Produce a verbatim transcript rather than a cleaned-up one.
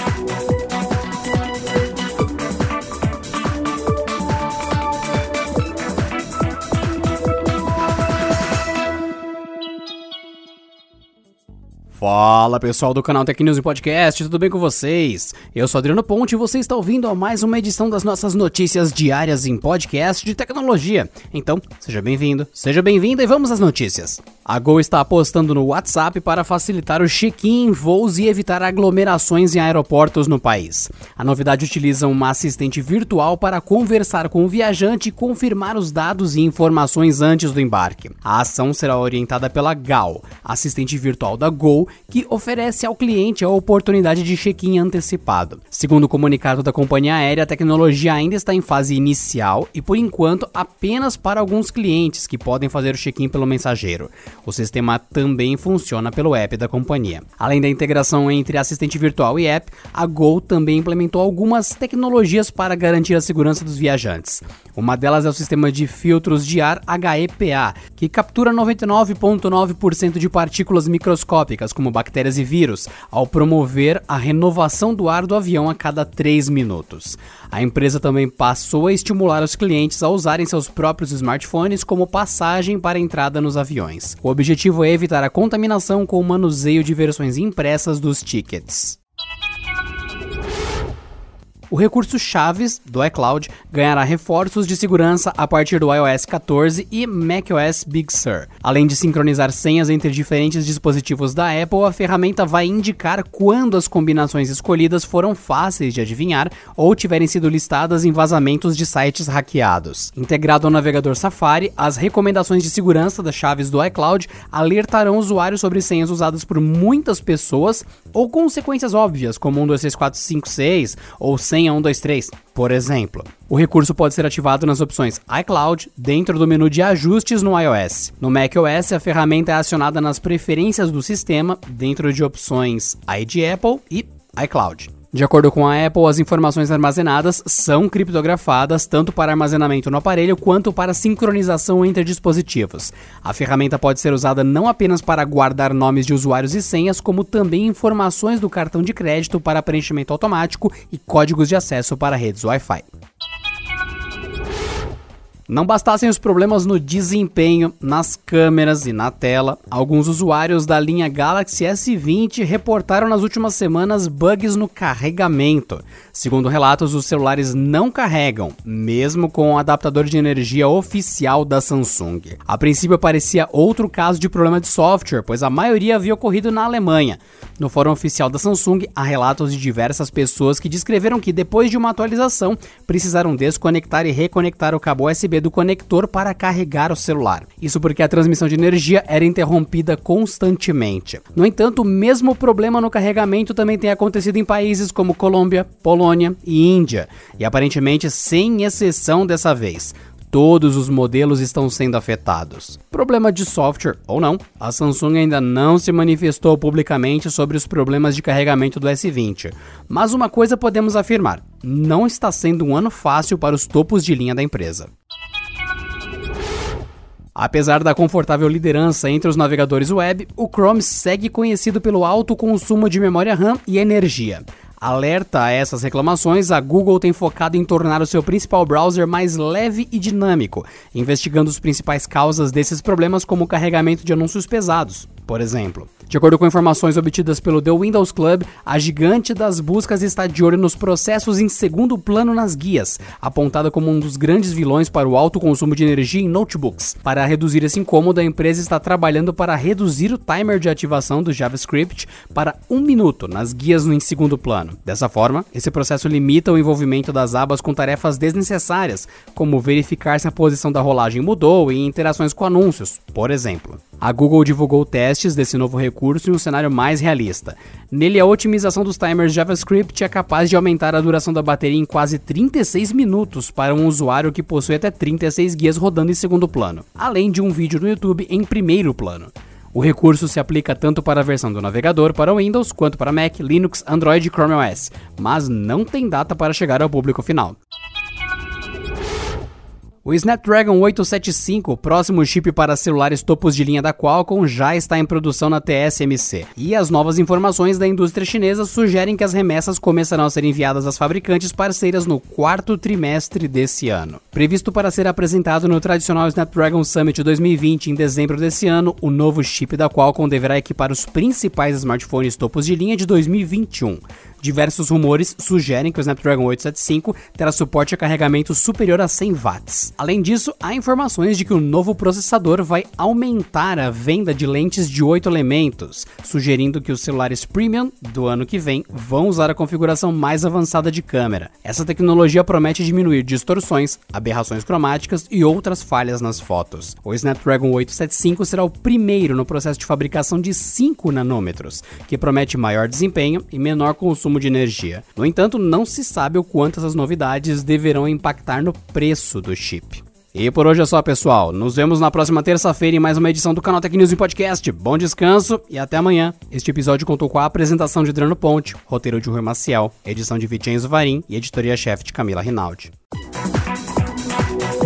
Fala pessoal do canal Tech News e Podcast, tudo bem com vocês? Eu sou Adriano Ponte e você está ouvindo a mais uma edição das nossas notícias diárias em podcast de tecnologia. Então, seja bem-vindo, seja bem-vinda e vamos às notícias. A Gol está apostando no WhatsApp para facilitar o check-in em voos e evitar aglomerações em aeroportos no país. A novidade utiliza uma assistente virtual para conversar com o viajante e confirmar os dados e informações antes do embarque. A ação será orientada pela Gal, assistente virtual da Gol, que oferece ao cliente a oportunidade de check-in antecipado. Segundo o comunicado da companhia aérea, a tecnologia ainda está em fase inicial e, por enquanto, apenas para alguns clientes que podem fazer o check-in pelo mensageiro. O sistema também funciona pelo app da companhia. Além da integração entre assistente virtual e app, a Gol também implementou algumas tecnologias para garantir a segurança dos viajantes. Uma delas é o sistema de filtros de ar H E P A, que captura noventa e nove vírgula nove por cento de partículas microscópicas, como bactérias e vírus, ao promover a renovação do ar do avião a cada três minutos. A empresa também passou a estimular os clientes a usarem seus próprios smartphones como passagem para a entrada nos aviões. O objetivo é evitar a contaminação com o manuseio de versões impressas dos tickets. O recurso Chaves do iCloud ganhará reforços de segurança a partir do i O S quatorze e macOS Big Sur. Além de sincronizar senhas entre diferentes dispositivos da Apple, a ferramenta vai indicar quando as combinações escolhidas foram fáceis de adivinhar ou tiverem sido listadas em vazamentos de sites hackeados. Integrado ao navegador Safari, as recomendações de segurança das chaves do iCloud alertarão usuários sobre senhas usadas por muitas pessoas ou consequências óbvias, como um dois três quatro cinco seis ou senha um dois três, por exemplo. O recurso pode ser ativado nas opções iCloud dentro do menu de ajustes no iOS. No macOS, a ferramenta é acionada nas preferências do sistema dentro de opções I D Apple e iCloud. De acordo com a Apple, as informações armazenadas são criptografadas tanto para armazenamento no aparelho quanto para sincronização entre dispositivos. A ferramenta pode ser usada não apenas para guardar nomes de usuários e senhas, como também informações do cartão de crédito para preenchimento automático e códigos de acesso para redes Wi-Fi. Não bastassem os problemas no desempenho, nas câmeras e na tela, alguns usuários da linha Galaxy S vinte reportaram nas últimas semanas bugs no carregamento. Segundo relatos, os celulares não carregam, mesmo com o adaptador de energia oficial da Samsung. A princípio parecia outro caso de problema de software, pois a maioria havia ocorrido na Alemanha. No fórum oficial da Samsung, há relatos de diversas pessoas que descreveram que, depois de uma atualização, precisaram desconectar e reconectar o cabo U S B do conector para carregar o celular. Isso porque a transmissão de energia era interrompida constantemente. No entanto, o mesmo problema no carregamento também tem acontecido em países como Colômbia, Polônia e Índia, e aparentemente sem exceção dessa vez. Todos os modelos estão sendo afetados. Problema de software ou não, a Samsung ainda não se manifestou publicamente sobre os problemas de carregamento do S vinte. Mas uma coisa podemos afirmar, não está sendo um ano fácil para os topos de linha da empresa. Apesar da confortável liderança entre os navegadores web, o Chrome segue conhecido pelo alto consumo de memória RAM e energia. Alerta a essas reclamações, a Google tem focado em tornar o seu principal browser mais leve e dinâmico, investigando as principais causas desses problemas, como o carregamento de anúncios pesados, por exemplo. De acordo com informações obtidas pelo The Windows Club, a gigante das buscas está de olho nos processos em segundo plano nas guias, apontada como um dos grandes vilões para o alto consumo de energia em notebooks. Para reduzir esse incômodo, a empresa está trabalhando para reduzir o timer de ativação do JavaScript para um minuto nas guias no em segundo plano. Dessa forma, esse processo limita o envolvimento das abas com tarefas desnecessárias, como verificar se a posição da rolagem mudou e interações com anúncios, por exemplo. A Google divulgou testes desse novo recurso em um cenário mais realista. Nele, a otimização dos timers JavaScript é capaz de aumentar a duração da bateria em quase trinta e seis minutos para um usuário que possui até trinta e seis guias rodando em segundo plano, além de um vídeo no YouTube em primeiro plano. O recurso se aplica tanto para a versão do navegador para Windows, quanto para Mac, Linux, Android e Chrome O S, mas não tem data para chegar ao público final. O Snapdragon oitocentos e setenta e cinco, o próximo chip para celulares topos de linha da Qualcomm, já está em produção na T S M C. E as novas informações da indústria chinesa sugerem que as remessas começarão a ser enviadas às fabricantes parceiras no quarto trimestre desse ano. Previsto para ser apresentado no tradicional Snapdragon Summit dois mil e vinte em dezembro desse ano, o novo chip da Qualcomm deverá equipar os principais smartphones topos de linha de dois mil e vinte e um. Diversos rumores sugerem que o Snapdragon oitocentos e setenta e cinco terá suporte a carregamento superior a cem watts. Além disso, há informações de que o novo processador vai aumentar a venda de lentes de oito elementos, sugerindo que os celulares premium do ano que vem vão usar a configuração mais avançada de câmera. Essa tecnologia promete diminuir distorções, aberrações cromáticas e outras falhas nas fotos. O Snapdragon oitocentos e setenta e cinco será o primeiro no processo de fabricação de cinco nanômetros, que promete maior desempenho e menor consumo de energia. No entanto, não se sabe o quanto essas novidades deverão impactar no preço do chip. E por hoje é só, pessoal. Nos vemos na próxima terça-feira em mais uma edição do Canal Tech News em Podcast. Bom descanso e até amanhã. Este episódio contou com a apresentação de Adriano Ponte, roteiro de Rui Maciel, edição de Vicenzo Varim e editoria-chefe de Camila Rinaldi.